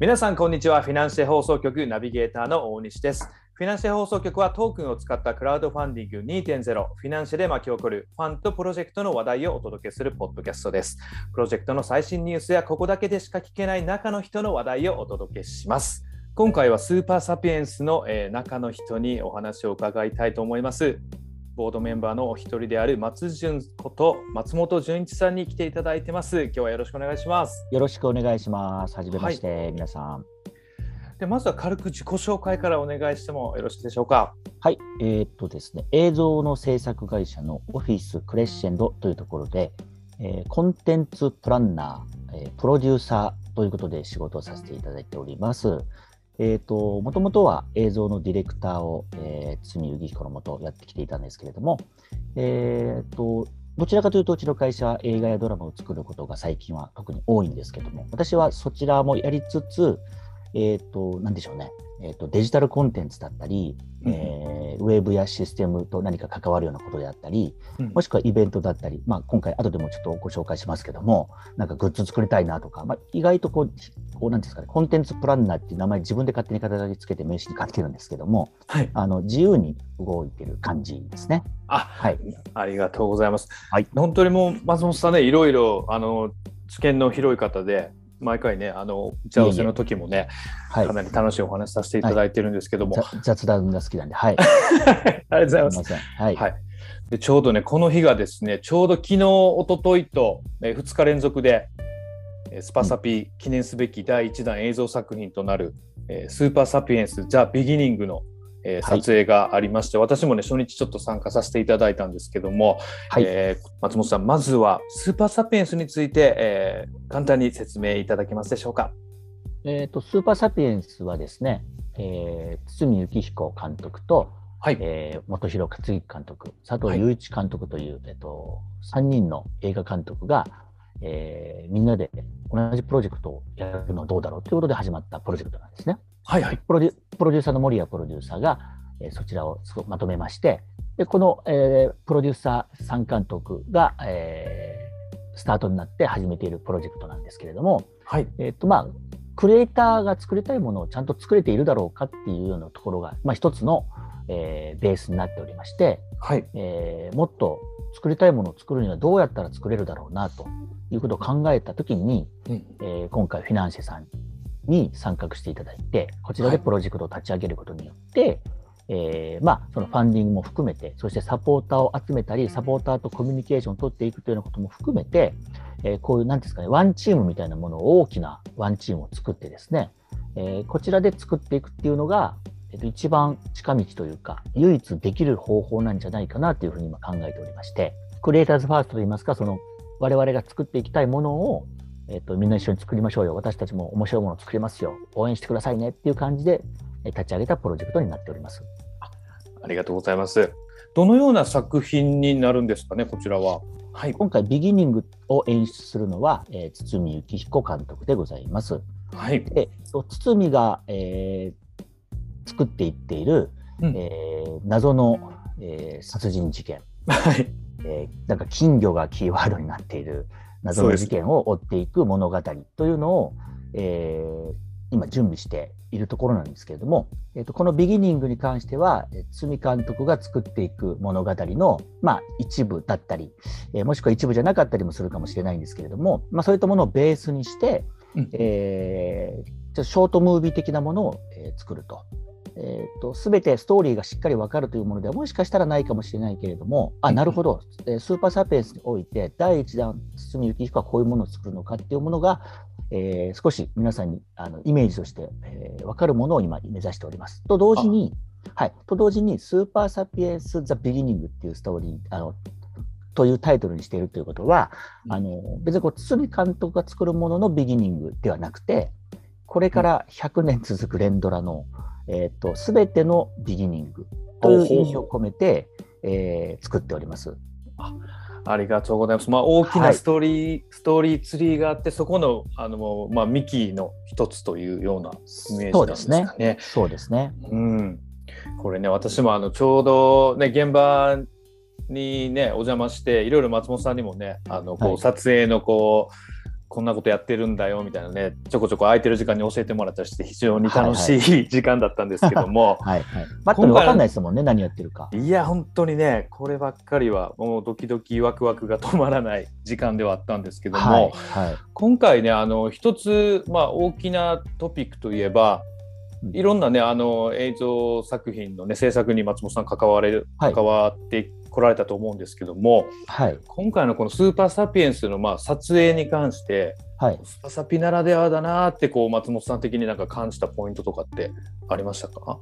皆さんこんにちは。フィナンシェ放送局ナビゲーターの大西です。フィナンシェ放送局はトークンを使ったクラウドファンディング 2.0 フィナンシェで巻き起こるファンとプロジェクトの話題をお届けするポッドキャストです。プロジェクトの最新ニュースやここだけでしか聞けない中の人の話題をお届けします。今回はスーパーサピエンスの中の人にお話を伺いたいと思います。ボードメンバーのお一人である松潤こと松本純一さんに来ていただいてます。今日はよろしくお願いします。 よろしくお願いします。はじめまして、皆さん。 でまずは軽く自己紹介からお願いしてもよろしいでしょうか。 はい、ですね、映像の制作会社のオフィスクレッシェンドというところで、コンテンツプランナー、プロデューサーということで仕事をさせていただいております。もともとは映像のディレクターを、堤幸彦のもとやってきていたんですけれども、どちらかというとうちの会社は映画やドラマを作ることが最近は特に多いんですけども、私はそちらもやりつつ、なんでしょうね、デジタルコンテンツだったり、ウェブやシステムと何か関わるようなことであったり、もしくはイベントだったり、今回後でもちょっとご紹介しますけども、なんかグッズ作りたいなとか、意外とこうなんですかね、コンテンツプランナーっていう名前自分で勝手に肩書きつけて名刺に書いてるんですけども、はい、自由に動いてる感じですね。 はい、ありがとうございます。はい、本当にもう松本さんね、いろいろ知見の広い方で、毎回ね、打ち合わせの時もね、かなり楽しいお話させていただいてるんですけども、 雑談が好きなんで、はい。 ありがとうございます。はい。でちょうどね、この日がですね、ちょうど昨日、一昨日と2日連続で、スパサピ記念すべき第1弾映像作品となる、スーパーサピエンスザ・ビギニングの撮影がありまして、私もね初日ちょっと参加させていただいたんですけども、松本さん、まずはスーパーサピエンスについて、簡単に説明いただけますでしょうか。 スーパーサピエンスはですね、堤幸彦監督と、本広克行監督、佐藤雄一監督という、3人の映画監督が、みんなで同じプロジェクトをやるのはどうだろうということで始まったプロジェクトなんですね。プロデューサーの森谷プロデューサーが、そちらをまとめまして、でこの、プロデューサー3監督が、スタートになって始めているプロジェクトなんですけれども、クリエイターが作りたいものをちゃんと作れているだろうかっていうようなところが、一つの、ベースになっておりまして、もっと作りたいものを作るにはどうやったら作れるだろうなということを考えたときに、今回フィナンシェさんに参画していただいて、こちらでプロジェクトを立ち上げることによって、そのファンディングも含めて、そしてサポーターを集めたり、サポーターとコミュニケーションを取っていくというようなことも含めて、こういうなんですかね、ワンチームみたいなものを、大きなワンチームを作ってですね、こちらで作っていくっていうのが、一番近道というか、唯一できる方法なんじゃないかなというふうに今考えておりまして、クリエイターズファーストといいますか、その我々が作っていきたいものをみんな一緒に作りましょうよ。私たちも面白いものを作りますよ。応援してくださいねっていう感じで立ち上げたプロジェクトになっております。 ありがとうございます。どのような作品になるんですかね、こちらは。 今回ビギニングを演出するのは、堤幸彦監督でございます。で堤が、作っていっている、謎の、殺人事件、なんか金魚がキーワードになっている謎の事件を追っていく物語というのを、今準備しているところなんですけれども、このビギニングに関しては堤監督が作っていく物語の、一部だったり、もしくは一部じゃなかったりもするかもしれないんですけれども、そういったものをベースにして、ショートムービー的なものを、作ると。全てストーリーがしっかり分かるというものではもしかしたらないかもしれないけれども、なるほど、スーパーサピエンスにおいて第一弾堤幸彦はこういうものを作るのかっていうものが、少し皆さんにイメージとして、分かるものを今目指しております。と同時にスーパーサピエンスザ・ビギニングっていうストーリーというタイトルにしているということは、別に堤監督が作るもののビギニングではなくて、これから100年続く連ドラの全てのビギニングという意味を込めて、作っております。 ありがとうございます。大きなストーリーツリーがあって、そこの、幹の一つというようなイメージなんですかね。 そうですね。 これね、私もちょうどね現場にねお邪魔して、いろいろ松本さんにもね撮影のこんなことやってるんだよみたいなね、ちょこちょこ空いてる時間に教えてもらったりして非常に楽しい時間だったんですけども、 はいはい。バットに分かんないですもんね、何やってるか。 いや本当にね、こればっかりはもうドキドキワクワクが止まらない時間ではあったんですけども、 はいはい、 今回ね一つ、大きなトピックといえば、いろんなね映像作品のね制作に松本さん関わって来られたと思うんですけども、はい、今回のこのスーパーサピエンスの撮影に関して、はい、スパサピならではだなってこう松本さん的になんか感じたポイントとかってありましたか？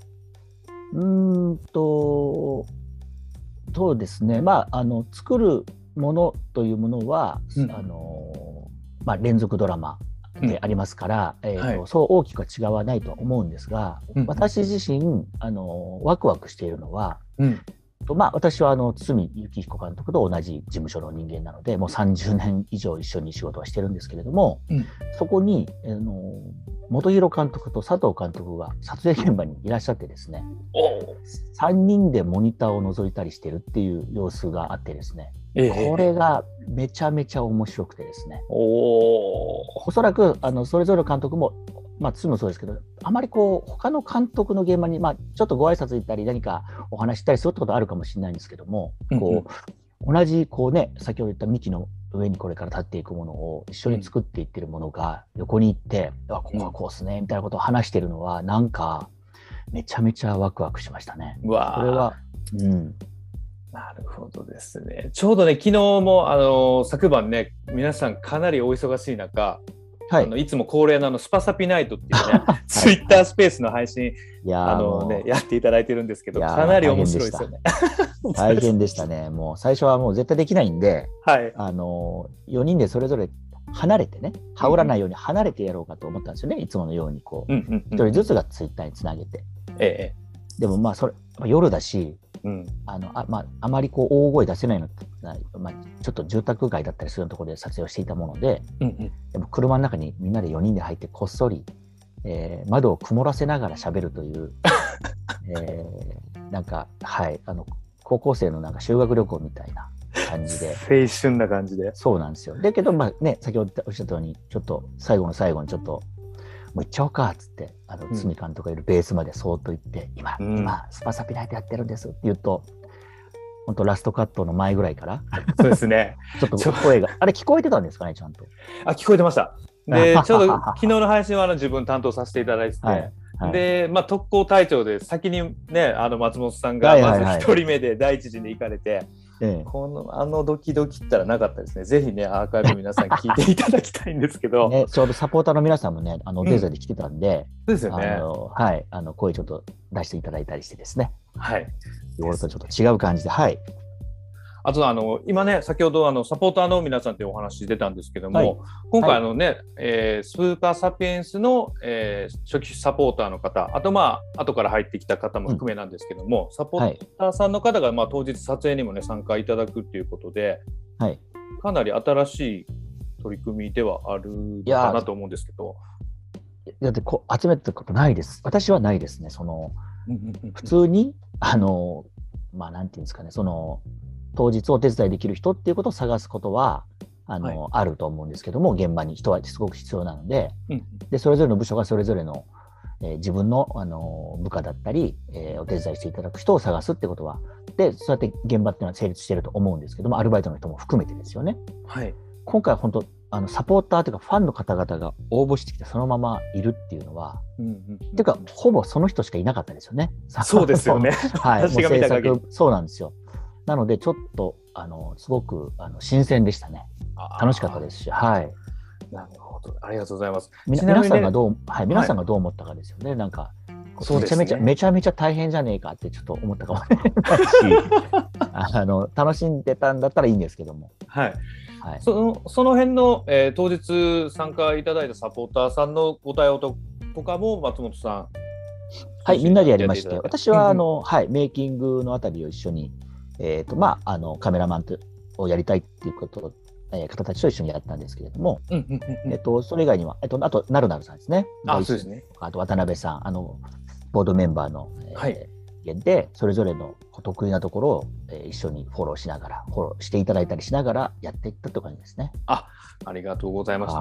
そうですね、作るものというものは、連続ドラマでありますから、そう大きくは違わないとは思うんですが、私自身ワクワクしているのは、私は堤幸彦監督と同じ事務所の人間なので、もう30年以上一緒に仕事はしてるんですけれども、そこに本広監督と佐藤監督が撮影現場にいらっしゃってですね、3人でモニターを覗いたりしてるっていう様子があってですね、これがめちゃめちゃ面白くてですね、おそらくそれぞれの監督も堤もそうですけど、あまりこう他の監督の現場に、ちょっとご挨拶行ったり何かお話したりするってことあるかもしれないんですけども、こう同じこうね、先ほど言った幹の上にこれから立っていくものを一緒に作っていってるものが横に行って、ここはこうですねみたいなことを話してるのは、なんかめちゃめちゃワクワクしましたね。これは、 なるほどですね。ちょうどね、昨日も昨晩ね、皆さんかなりお忙しい中、いつも恒例のスパサピナイトっていうね、ツイッタースペースの配信やっていただいてるんですけど、かなり面白いですよね。 大変でしたね。もう最初はもう絶対できないんで、4人でそれぞれ離れてね、羽織らないように離れてやろうかと思ったんですよね。いつものようにこう、1人ずつがツイッターにつなげて。でもそれ夜だし、あまりこう大声出せないの、ちょっと住宅街だったりするところで撮影をしていたもので、でも車の中にみんなで4人で入ってこっそり、窓を曇らせながら喋るという、なんか高校生のなんか修学旅行みたいな感じで、 青春な感じで。 そうなんですよ。だけど先ほどおっしゃったように、ちょっと最後の最後にちょっともう行っちゃおうかっつって、堤監督がいるベースまでそーっと行って、今スパサピナイトやってるんですって言うと、本当ラストカットの前ぐらいからそうですねちょっと声があれ聞こえてたんですかね、ちゃんと。 聞こえてました。でちょうど昨日の配信は自分担当させていただいてて、で特攻隊長で先にね松本さんがまず1人目で第一次に行かれて、このドキドキったらなかったですね。ぜひねアーカイブ皆さん聞いていただきたいんですけど、 ちょうどサポーターの皆さんもねお手伝いで来てたんで、 そうですよね。 声ちょっと出していただいたりしてですね、日頃とちょっと違う感じで、 あと今ね先ほどサポーターの皆さんというお話出たんですけども、今回スーパーサピエンスの、初期サポーターの方、あと後から入ってきた方も含めなんですけども、サポーターさんの方が当日撮影にもね参加いただくっていうことで、かなり新しい取り組みではあるかなと思うんですけど。 だって集めたことないです。私はないですね。普通になんていうんですかね、当日お手伝いできる人っていうことを探すことはあると思うんですけども、現場に人はすごく必要なので、でそれぞれの部署がそれぞれの、自分の、部下だったり、お手伝いしていただく人を探すってことは、でそうやって現場っていうのは成立していると思うんですけども、アルバイトの人も含めてですよね。今回は本当サポーターというかファンの方々が応募してきてそのままいるっていうのは、っていうかほぼその人しかいなかったですよね。 そうですよね。 私が見た限りそうなんですよ。なのでちょっとすごく新鮮でしたね。楽しかったですし、なるほど、ありがとうございます。 皆さんがどう思ったかですよね。なんかめちゃめちゃ大変じゃねえかってちょっと思ったかもしれないし、楽しんでたんだったらいいんですけども。その辺の、当日参加いただいたサポーターさんのご対応とかも松本さん、みんなでやりまして、私はメイキングのあたりを一緒にカメラマンをやりたいっていうこと方たちと一緒にやったんですけれども、それ以外にはあとなるなるさんですね。 そうですね。 あと渡辺さん、ボードメンバーの、 間でそれぞれの得意なところを一緒にフォローしていただいたりしながらやっていったという感じですね。 ありがとうございました。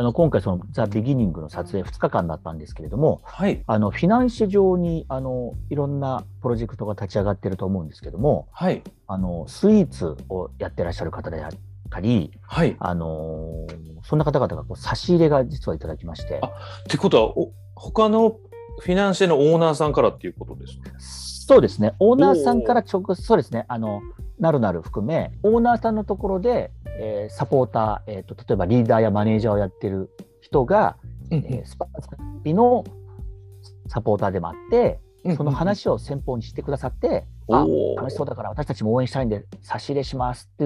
今回そのザ・ビギニングの撮影2日間だったんですけれども、 はい、 フィナンシェ上にいろんなプロジェクトが立ち上がっていると思うんですけども、 はい、 スイーツをやってらっしゃる方であったり、 はい、 そんな方々が差し入れが実はいただきまして。 ってことは他のフィナンシェのオーナーさんからっていうことですか？ そうですね、オーナーさんからそうですね、なる含めオーナーさんのところで、サポーター、例えばリーダーやマネージャーをやってる人が、スパピのサポーターでもあって、その話を先方にしてくださって、楽しそうだから私たちも応援したいんで差し入れしますって言って、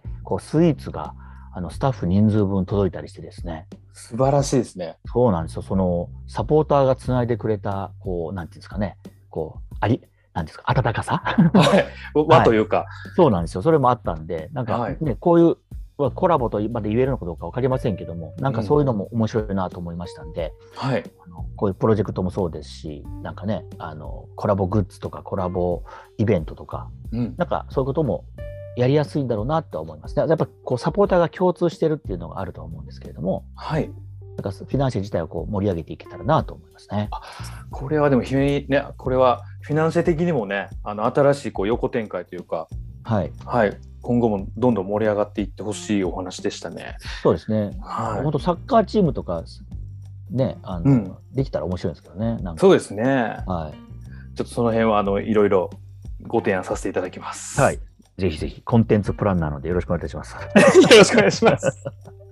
スイーツがスタッフ人数分届いたりしてですね。 素晴らしいですね。 そうなんですよ。そのサポーターがつないでくれたなんていうんですかね、なんですか、温かさ和というか、 そうなんですよ。それもあったんで、なんかね、こういうコラボとまで言えるのかどうか分かりませんけども、なんかそういうのも面白いなと思いましたんで、こういうプロジェクトもそうですし、なんかね、コラボグッズとかコラボイベントとか、なんかそういうこともやりやすいんだろうなと思いますね。やっぱサポーターが共通してるっていうのがあると思うんですけれども、だからフィナンシェ自体を盛り上げていけたらなと思いますね。 これはでもこれはフィナンシェ的にもね、新しい横展開というか、今後もどんどん盛り上がっていってほしいお話でしたね。 そうですね。本当サッカーチームとかね、できたら面白いんですけどね。 そうですね。ちょっとその辺はいろいろご提案させていただきます。 ぜひぜひコンテンツプランなのでよろしくお願いいたします。よろしくお願いします。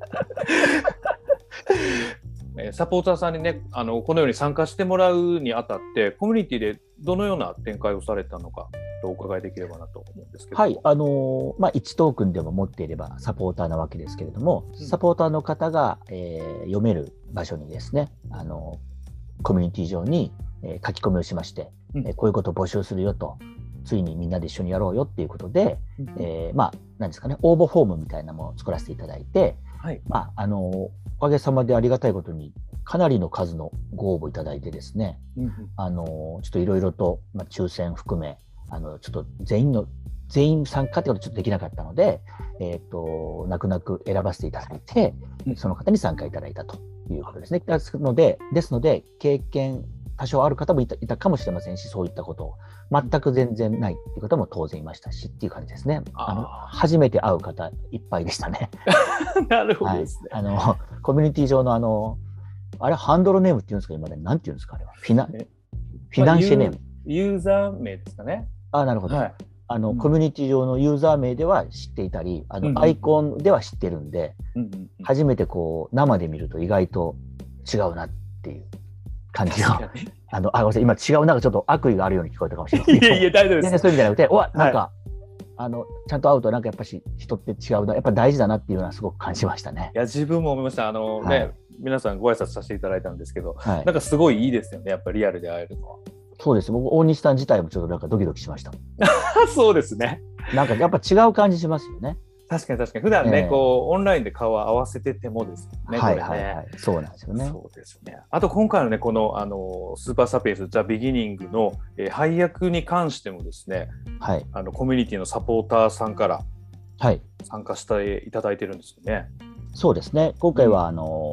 サポーターさんにね、このように参加してもらうにあたってコミュニティでどのような展開をされたのかお伺いできればなと思うんですけど。 1トークンでも持っていればサポーターなわけですけれども、サポーターの方が、読める場所にですね、コミュニティ上に、書き込みをしまして、こういうことを募集するよと、ついにみんなで一緒にやろうよっていうことで、何ですかね、応募フォームみたいなものを作らせていただいて、おかげさまでありがたいことにかなりの数のご応募いただいてですね、ちょっといろいろと、抽選含めちょっと全員参加ってことはちょっとできなかったので、泣く泣く選ばせていただいて、その方に参加いただいたということですね。ですので経験多少ある方もいたかもしれませんし、そういったことを全く全然ないっていう方も当然いましたしっていう感じですね。初めて会う方いっぱいでしたね。 なるほどですね。 コミュニティ上のあれハンドルネームっていうんですか、今で何ていうんですか、あれはフィナンシェネーム、 ユーザー名ですかね。 なるほど。コミュニティ上のユーザー名では知っていたり、アイコンでは知ってるんで、初めて生で見ると意外と違うなっていう感じの。ごめんなさい、今違う、なんかちょっと悪意があるように聞こえたかもしれない。 いや大丈夫です。 全然そういう意味じゃなくて、なんか、ちゃんと会うとなんかやっぱし人って違うな、やっぱ大事だなっていうのはすごく感じましたね。 いや自分も思いました。皆さんご挨拶させていただいたんですけど、なんかすごいいいですよね。やっぱりリアルで会えるのは。 そうです。僕大西さん自体もちょっとなんかドキドキしました。 そうですね。 なんかやっぱ違う感じしますよね。 確かに普段ね、オンラインで顔を合わせててもですね。 そうなんですよね。 そうですね。あと今回のね、このスーパーサピエンスザ・ビギニングの配役に関してもですね、コミュニティのサポーターさんから参加していただいてるんですよね。 そうですね。今回は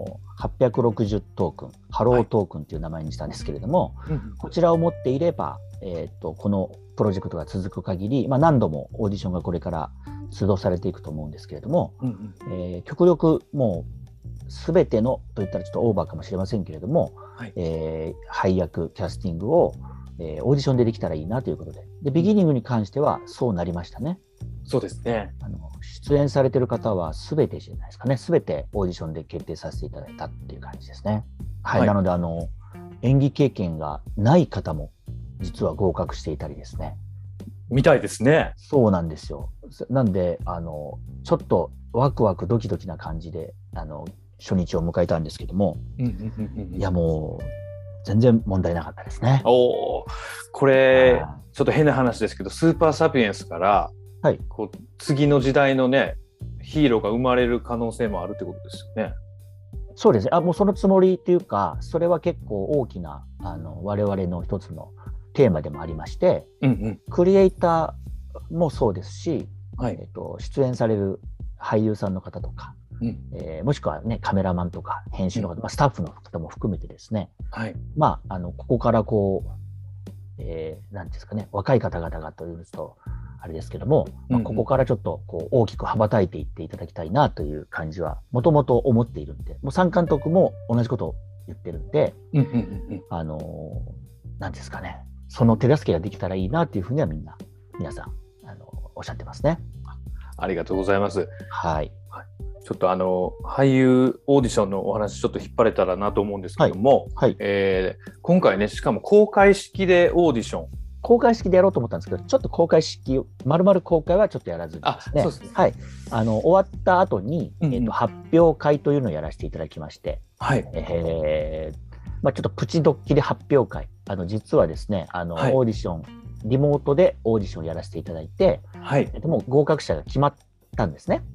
860トークン、ハロートークンという名前にしたんですけれども、こちらを持っていれば、このプロジェクトが続く限り、何度もオーディションがこれから出動されていくと思うんですけれども、極力もう全てのといったらちょっとオーバーかもしれませんけれども、配役キャスティングを、オーディションでできたらいいなということで、ビギニングに関してはそうなりましたね。 そうですね。 出演されている方は全てじゃないですかね。全てオーディションで決定させていただいたっていう感じですね。なので演技経験がない方も実は合格していたりですね。 みたいですね。 そうなんですよ。なんでちょっとワクワクドキドキな感じで初日を迎えたんですけども、いやもう全然問題なかったですね。 これちょっと変な話ですけど、スーパーサピエンスから次の時代のねヒーローが生まれる可能性もあるってことですよね。 そうですね。もうそのつもりっていうか、それは結構大きな我々の一つのテーマでもありまして、 うんうん、 クリエイターもそうですし、 はい、 出演される俳優さんの方とか、もしくはね、カメラマンとか編集の方、スタッフの方も含めてですね、 はい、 ここからこう、なんですかね、若い方々がというと、あれですけども、ここからちょっとこう大きく羽ばたいていっていただきたいなという感じは、もともと思っているんで、もう3監督も同じことを言ってるんで、なんですかね、その手助けができたらいいなというふうには皆さん、おっしゃってますね。 ありがとうございます。 はい。 ちょっと俳優オーディションのお話ちょっと引っ張れたらなと思うんですけども、 はいはい、 今回ね、しかも公開式でオーディション。 公開式でやろうと思ったんですけど、ちょっと公開式、丸々公開はちょっとやらずにですね。そうですね。はい。終わった後に、発表会というのをやらせていただきまして、はい。ちょっとプチドッキリ発表会。実はですね、はい、オーディション、リモートでオーディションをやらせていただいて、はい。もう合格者が決まったんですね。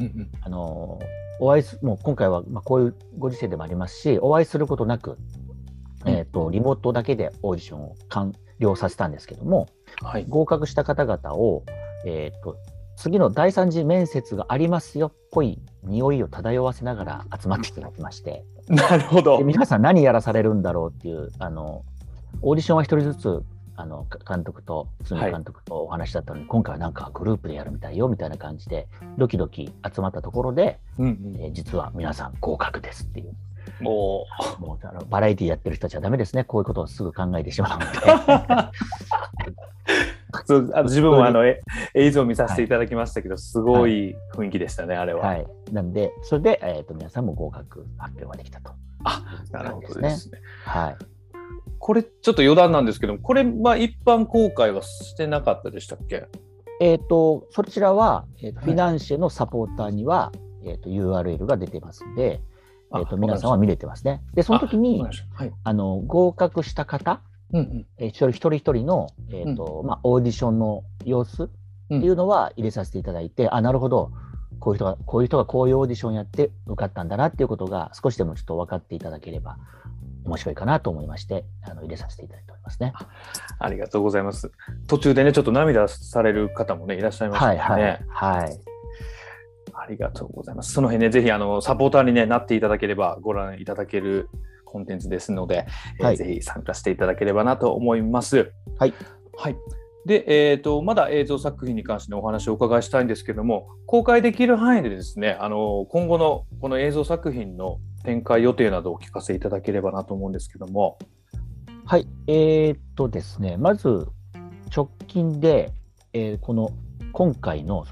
もう今回は、こういうご時世でもありますし、お会いすることなく、リモートだけでオーディションを完了させたんですけども、はい、合格した方々を、次の第3次面接がありますよっぽい匂いを漂わせながら集まっていただきまして、 なるほど。 で皆さん何やらされるんだろうっていう、オーディションは一人ずつ監督と堤監督とお話だったのに、はい、今回はなんかグループでやるみたいよみたいな感じでドキドキ集まったところで、実は皆さん合格ですっていう。もうバラエティやってる人たちはダメですね。こういうことをすぐ考えてしまうのでそう自分も映像を見させていただきましたけど、すごい雰囲気でしたね、あれは。はい。 なんでそれで、皆さんも合格発表ができたと。 なるほどですね。 はい。 これちょっと余談なんですけども、これは一般公開はしてなかったでしたっけ？ そちらは、フィナンシェのサポーターには、URL が出てますんで、皆さんは見れてますね。で、その時に、はい、合格した方、一人一人の、オーディションの様子っていうのは入れさせていただいて、なるほど、こういう人がこういうオーディションやって受かったんだなっていうことが少しでもちょっと分かっていただければ面白いかなと思いまして、入れさせていただいておりますね。 ありがとうございます。途中でね、ちょっと涙される方もね、いらっしゃいましたね。 はい。 ありがとうございます。その辺ね、ぜひサポーターに、なっていただければご覧いただけるコンテンツですので、ぜひ参加していただければなと思います。はい。はい。で、まだ映像作品に関してのお話をお伺いしたいんですけども、公開できる範囲でですね、今後のこの映像作品の展開予定などをお聞かせいただければなと思うんですけども。 はい。ですね、まず直近で、今回の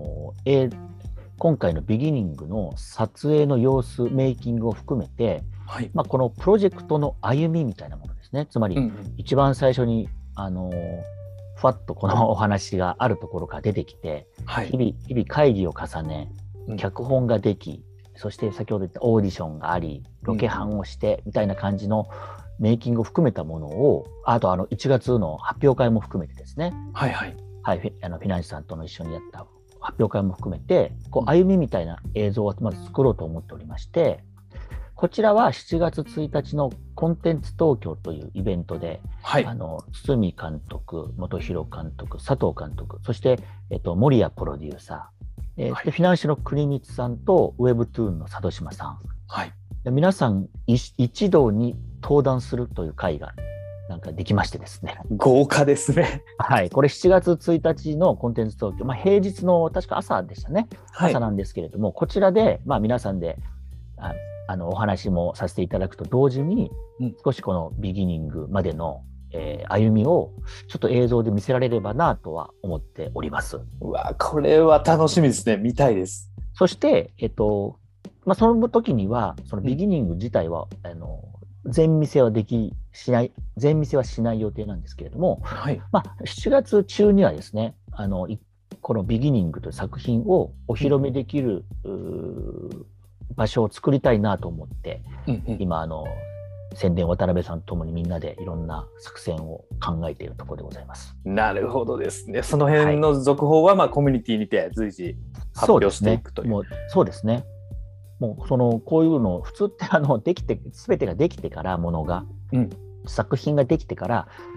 ビギニングの撮影の様子、メイキングを含めて、はい、このプロジェクトの歩みみたいなものですね。つまり、一番最初に、ふわっとこのお話があるところから出てきて、はい、日々会議を重ね、脚本ができ、そして先ほど言ったオーディションがあり、ロケハンをして、みたいな感じのメイキングを含めたものを、あと1月の発表会も含めてですね。はいはい。はい、フィナンシェさんとの一緒にやった発表会も含めて、歩みみたいな映像をまず作ろうと思っておりまして、こちらは7月1日のコンテンツ東京というイベントで、はい、堤監督、本広監督、佐藤監督、そして、森谷プロデューサー、はい、でフィナンシェの国光さんとウェブトゥーンの佐渡島さん、はい、皆さん一堂に登壇するという会がなんかできましてですね。 豪華ですね。 はい、これ7月1日のコンテンツ東京、平日の確か朝でしたね。はい、朝なんですけれども、こちらで、皆さんでお話もさせていただくと同時に、少しこのビギニングまでの、歩みをちょっと映像で見せられればなとは思っております。 うわ、これは楽しみですね。見たいです。 そして、その時にはそのビギニング自体は、全見せはしない予定なんですけれども、はい、7月中にはですね、このビギニングという作品をお披露目できる、場所を作りたいなと思って、今宣伝渡辺さんともにみんなでいろんな作戦を考えているところでございます。 なるほどですね。その辺の続報はコミュニティにて随時発表していくという。 そうですね。もうこういうの普通って全てができてから作品ができてから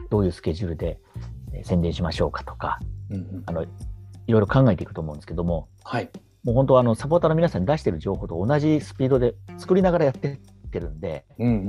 どういうスケジュールで宣伝しましょうかとか、いろいろ考えていくと思うんですけども、 はい、 もう本当サポーターの皆さんに出している情報と同じスピードで作りながらやってってるんで、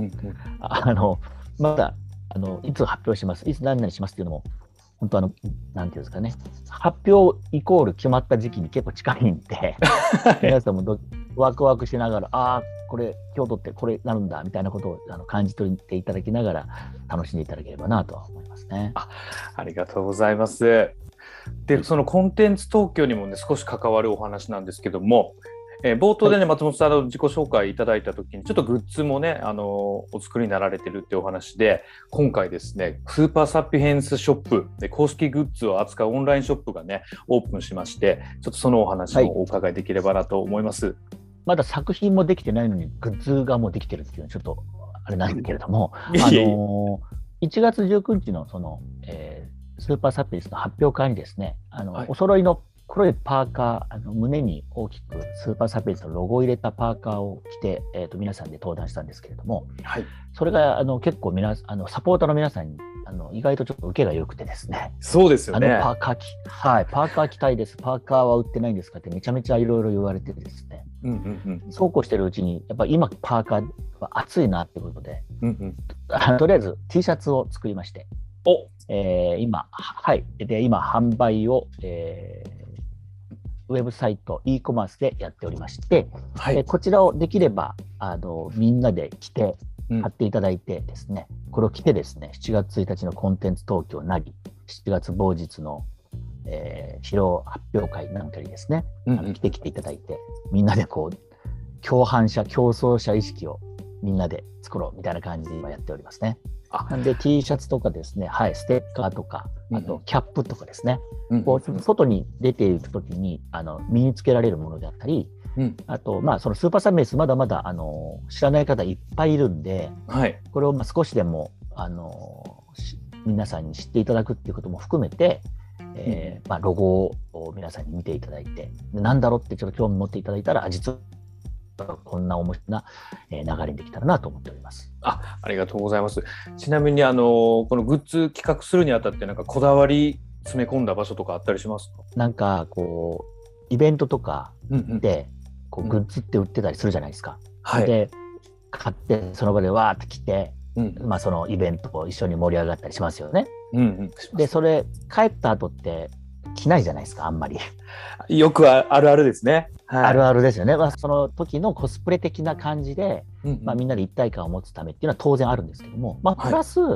まだいつ発表します、いつ何々しますっていうのも、本当なんていうんですかね、発表イコール決まった時期に結構近いんで、皆さんもワクワクしながら、これ京都ってこれなるんだみたいなことを感じ取っていただきながら楽しんでいただければなとは思いますね。 ありがとうございます。で、そのコンテンツ東京にもね、少し関わるお話なんですけども、冒頭でね、松本さんの自己紹介いただいたときに、ちょっとグッズもね、お作りになられてるっていうお話で、今回ですね、スーパーサピエンスショップで公式グッズを扱うオンラインショップがね、オープンしまして、ちょっとそのお話もお伺いできればなと思います。 まだ作品もできてないのに、グッズがもうできてるっていうのはちょっとあれなんですけれども、1月19日のスーパーサピエンスの発表会にですね、お揃いの黒いパーカー、胸に大きくスーパーサピエンスのロゴを入れたパーカーを着て、皆さんで登壇したんですけれども、それが結構サポーターの皆さんに意外とちょっと受けが良くてですね。 そうですよね。 パーカー着たいです、パーカーは売ってないんですかってめちゃめちゃいろいろ言われてですね、そうこうしてるうちにやっぱり今パーカーは暑いなってことで、とりあえず T シャツを作りまして、今販売を、ウェブサイト e コマースでやっておりまして、こちらをできればみんなで着て貼っていただいてですね、これを着てですね、7月1日のコンテンツ東京なり、7月某日の、披露発表会なんかにですね、着てきていただいて、みんなでこう共犯者競争者意識をみんなで作ろうみたいな感じで今やっておりますね。なんで T シャツとかですね、ステッカーとか、あとキャップとかですね、こう外に出ていくときに身につけられるものであったり、あとそのスーパーサピエンスまだまだ知らない方いっぱいいるんで、これを少しでも皆さんに知っていただくっていうことも含めて、ロゴを皆さんに見ていただいて、なんだろうってちょっと興味持っていただいたら、実はこんな面白いな流れにできたらなと思っております。 ありがとうございます。ちなみにこのグッズ企画するにあたってなんかこだわり詰め込んだ場所とかあったりしますか？ なんかこうイベントとかでこうグッズって売ってたりするじゃないですか。で買ってその場でわーって来て、そのイベントを一緒に盛り上がったりしますよね。でそれ帰った後って着ないじゃないですか、あんまり。 よくあるあるですね。 あるあるですよね。その時のコスプレ的な感じで、みんなで一体感を持つためっていうのは当然あるんですけども、プラス、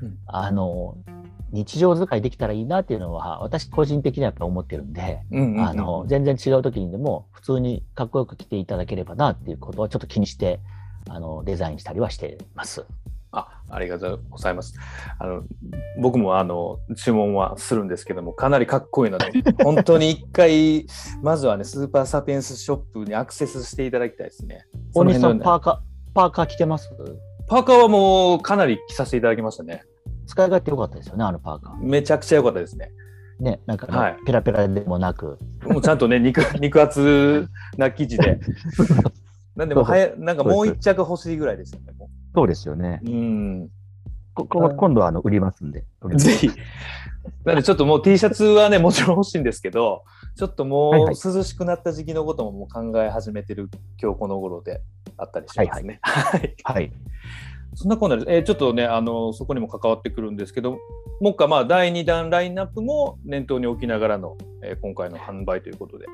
日常使いできたらいいなっていうのは私個人的にはやっぱ思ってるんで、全然違う時にでも普通にかっこよく着ていただければなっていうことはちょっと気にしてデザインしたりはしてます。 ありがとうございます。僕も注文はするんですけども、かなりかっこいいので本当に一回まずはねスーパーサピエンスショップにアクセスしていただきたいですね。 大西さんパーカー着てます？ パーカーはもうかなり着させていただきましたね。 使い勝手良かったですよね、パーカー。 めちゃくちゃ良かったですね。 なんかペラペラでもなく、 もうちゃんとね肉厚な生地でなんでもなんかもう一着欲しいぐらいですよね。 そうですよね。 今度は売りますんで。 ぜひ。なんでちょっともう T シャツはねもちろん欲しいんですけど、ちょっともう涼しくなった時期のことももう考え始めてる今日この頃であったりしますね。そんなこんなで、ちょっとねそこにも関わってくるんですけど、もう一回第2弾ラインナップも念頭に置きながらの、今回の販売ということで。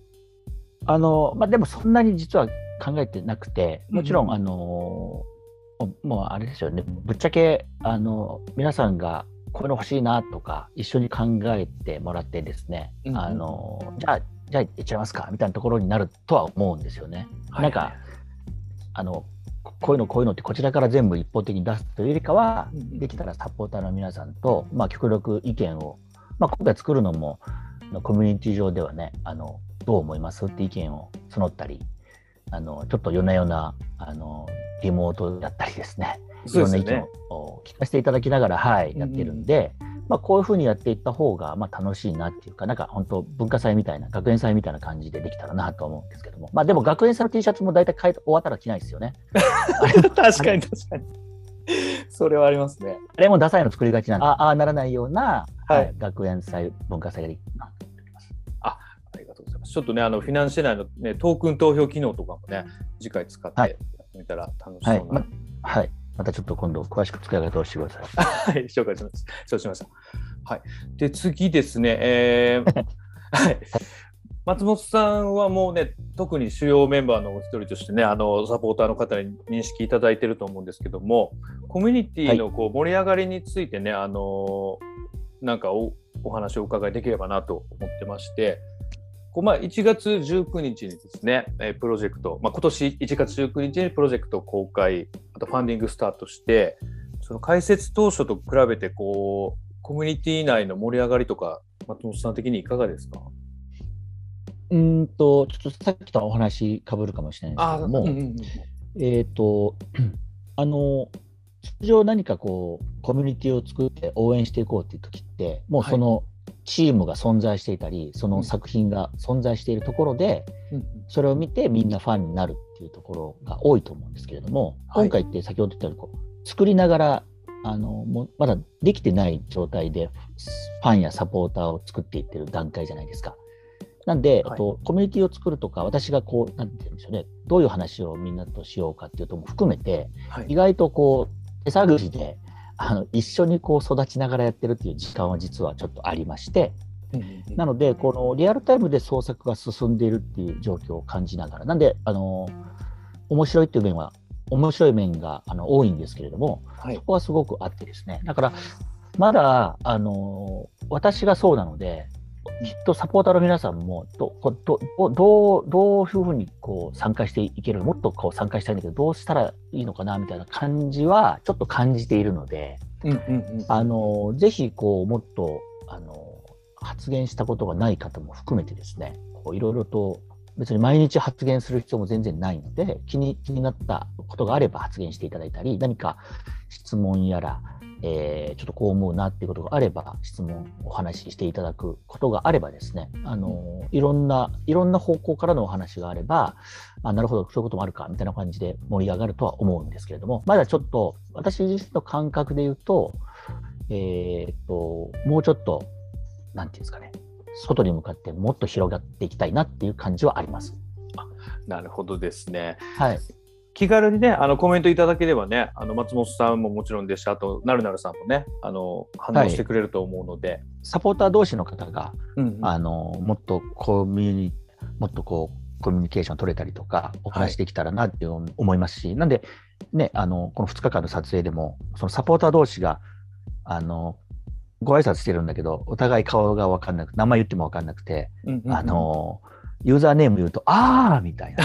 でもそんなに実は考えてなくて、もちろんもうあれですよね、ぶっちゃけ皆さんがこういうの欲しいなとか一緒に考えてもらってですね、じゃあ行っちゃいますかみたいなところになるとは思うんですよね。なんかこういうのってこちらから全部一方的に出すというよりかは、できたらサポーターの皆さんと極力意見を、今回作るのもコミュニティ上ではね、どう思いますって意見を募ったり、ちょっと夜な夜なリモートだったりですね、いろんな意見を聞かせていただきながら、やってるんで、こういうふうにやっていった方が楽しいなっていうか、なんか本当文化祭みたいな、学園祭みたいな感じでできたらなと思うんですけども、でも学園祭の T シャツも大体終わったら着ないですよね。 確かにそれはありますね。 あれもダサいの作りがちなんで、ああならないような、 はいはい、学園祭、文化祭ができます。 ありがとうございます。ちょっとね、フィナンシェ内の、ね、トークン投票機能とかもね、次回使ってやってみたら楽しそうな。 はい。またちょっと今度詳しく使い方をしてください。 はい、紹介します。そうしました。はい。で、次ですね、はい。松本さんはもうね、特に主要メンバーのお一人としてね、サポーターの方に認識いただいていると思うんですけども、コミュニティのこう盛り上がりについてね、なんかお話をお伺いできればなと思ってまして、1月19日にですね、プロジェクト、今年1月19日にプロジェクト公開、あとファンディングスタートして、その開設当初と比べてコミュニティ内の盛り上がりとか、松本さん的にいかがですか？ ちょっとさっきとお話かぶるかもしれないんですけども、通常何かコミュニティを作って応援していこうっていう時って、もうそのチームが存在していたり、その作品が存在しているところで、それを見てみんなファンになるっていうところが多いと思うんですけれども、今回って先ほど言ったように作りながらもうまだできてない状態でファンやサポーターを作っていってる段階じゃないですか。なんで、コミュニティを作るとか、私がなんて言うんでしょうね、どういう話をみんなとしようかっていうとも含めて、意外と手探りで一緒に育ちながらやってるっていう時間は実はちょっとありまして、なのでこのリアルタイムで創作が進んでいるっていう状況を感じながら、なんで面白いっていう面は面白い面が多いんですけれども、そこはすごくあってですね、だからまだ私がそうなので、きっとサポーターの皆さんもどういうふうに参加していける、もっと参加したいんだけどどうしたらいいのかなみたいな感じはちょっと感じているので、ぜひもっと発言したことがない方も含めてですね、いろいろと別に毎日発言する必要も全然ないので、気になったことがあれば発言していただいたり、何か質問やらちょっとこう思うなっていうことがあれば質問お話ししていただくことがあればですね、いろんな方向からのお話があれば、なるほどそういうこともあるかみたいな感じで盛り上がるとは思うんですけれども、まだちょっと私自身の感覚で言うと、もうちょっとなんていうんですかね、外に向かってもっと広がっていきたいなっていう感じはあります。 なるほどですね。 はい。 気軽にねコメントいただければね、松本さんももちろんですし、あとなるなるさんもね反応してくれると思うので、 サポーター同士の方が、もっとコミュニケーション取れたりとかお話できたらなって思いますし、なんでね、この2日間の撮影でもそのサポーター同士がご挨拶してるんだけど、お互い顔が分かんなくて、名前言っても分かんなくて、ユーザーネーム言うとあーみたいな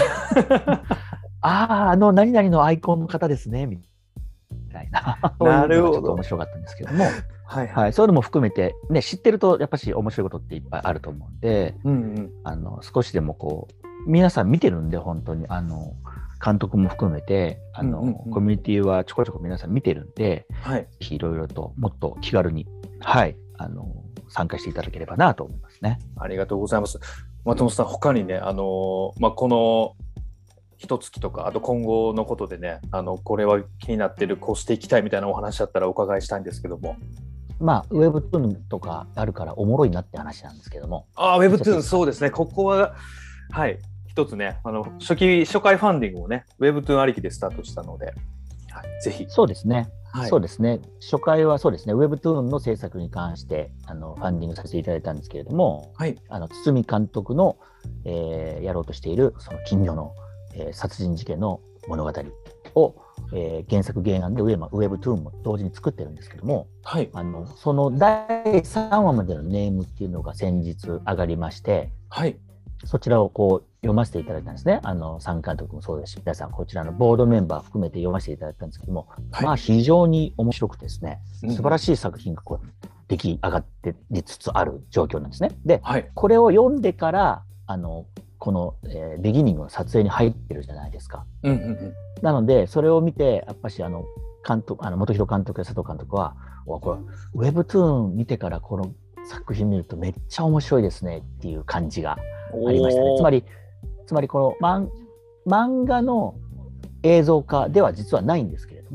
何々のアイコンの方ですねみたいななるほど、ちょっと面白かったんですけども、そういうのも含めて、ね、知ってるとやっぱし面白いことっていっぱいあると思うんで、少しでも皆さん見てるんで、本当に監督も含めてコミュニティはちょこちょこ皆さん見てるんで、いろいろともっと気軽に、参加していただければなと思いますね。 ありがとうございます。松本さん、他にねこの一月とか、あと今後のことでね、これは気になってる、こうしていきたいみたいなお話だったらお伺いしたいんですけども。 ウェブトゥーンとかあるからおもろいなって話なんですけども。 ウェブトゥーン、そうですね。ここは一つね、初回ファンディングをね、ウェブトゥーンありきでスタートしたので、ぜひ。 そうですね。そうですね。初回はそうですね、ウェブトゥーンの制作に関してファンディングさせていただいたんですけれども、堤監督の、やろうとしているその近所の、殺人事件の物語を、原作原案でウェブトゥーンも同時に作ってるんですけども、その第3話までのネームっていうのが先日上がりまして、そちらを読ませていただいたんですね。参監督もそうですし、皆さんこちらのボードメンバー含めて読ませていただいたんですけども、非常に面白くてですね、素晴らしい作品が出来上がってりつつある状況なんですね。で、これを読んでからこの、ビギニングの撮影に入ってるじゃないですか。なのでそれを見てやっぱし本広監督や佐藤監督は、これウェブトゥーン見てからこの作品見るとめっちゃ面白いですねっていう感じがありましたね。つまりこの漫画の映像化では実はないんですけれども、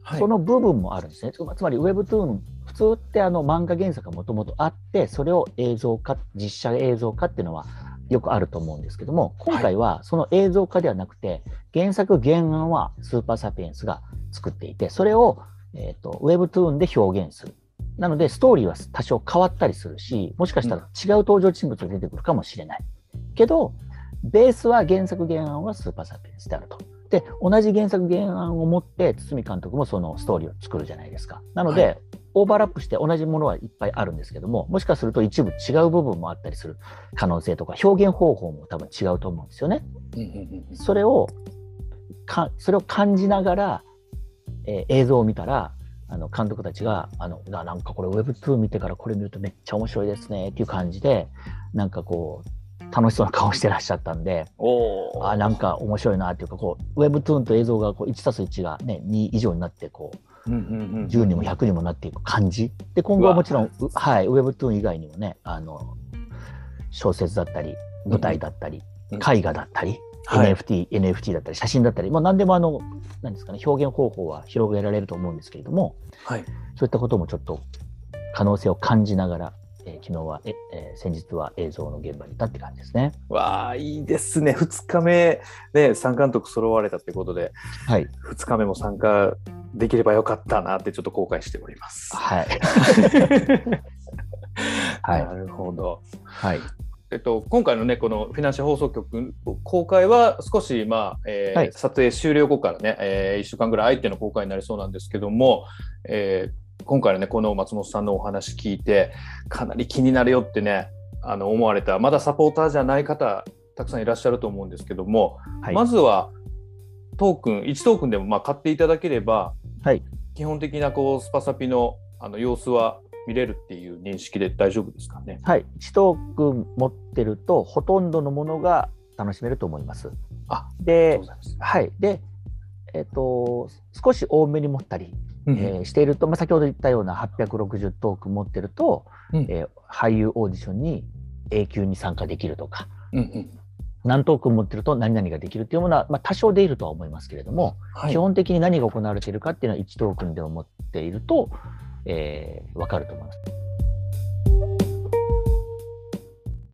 その部分もあるんですね。つまり Webtoon、普通って漫画原作がもともとあって、それを映像化、実写映像化っていうのはよくあると思うんですけども、今回はその映像化ではなくて、原作原案はスーパーサピエンスが作っていて、それを、Webtoon で表現する。なので、ストーリーは多少変わったりするし、もしかしたら違う登場人物が出てくるかもしれない。けど、ベースは原作原案はスーパーサピエンスであると。で、同じ原作原案を持って堤監督もそのストーリーを作るじゃないですか。なので、オーバーラップして同じものはいっぱいあるんですけども、もしかすると一部違う部分もあったりする可能性とか、表現方法も多分違うと思うんですよね。それを感じながら、映像を見たら、監督たちがなんかこれ Webtoon 見てからこれ見るとめっちゃ面白いですねっていう感じで、なんかこう楽しそうな顔してらっしゃったんで、なんか面白いなっていうか、こう Webtoon と映像がこう 1+1 がね2以上になってこう、10にも100にもなっていく感じで、今後はもちろん、Webtoon 以外にもね、小説だったり舞台だったり、絵画だったり、NFT だったり写真だったり、何でも何ですかね、表現方法は広げられると思うんですけれども、そういったこともちょっと可能性を感じながら、昨日は先日は映像の現場にいたって感じですね。 わあ、いいですね。2日目ね、3監督揃われたってことで、2日目も参加できればよかったなってちょっと後悔しております。なるほど。今回のね、このフィナンシャル放送局公開は少し、撮影終了後からね、1週間ぐらい空いての公開になりそうなんですけども、今回のね、この松本さんのお話聞いて、かなり気になるよってね、思われた、まだサポーターじゃない方、たくさんいらっしゃると思うんですけども、まずは1トークンでも買っていただければ、基本的なこうスパサピの様子は見れるっていう認識で大丈夫ですかね。 1トークン持ってるとほとんどのものが楽しめると思います。で、少し多めに持ったり、していると、先ほど言ったような860トークン持ってると、俳優オーディションに永久に参加できるとか、何トークン持ってると何々ができるっていうものは、多少出るとは思いますけれども、基本的に何が行われているかっていうのは1トークンでも持っていると、分かると思います。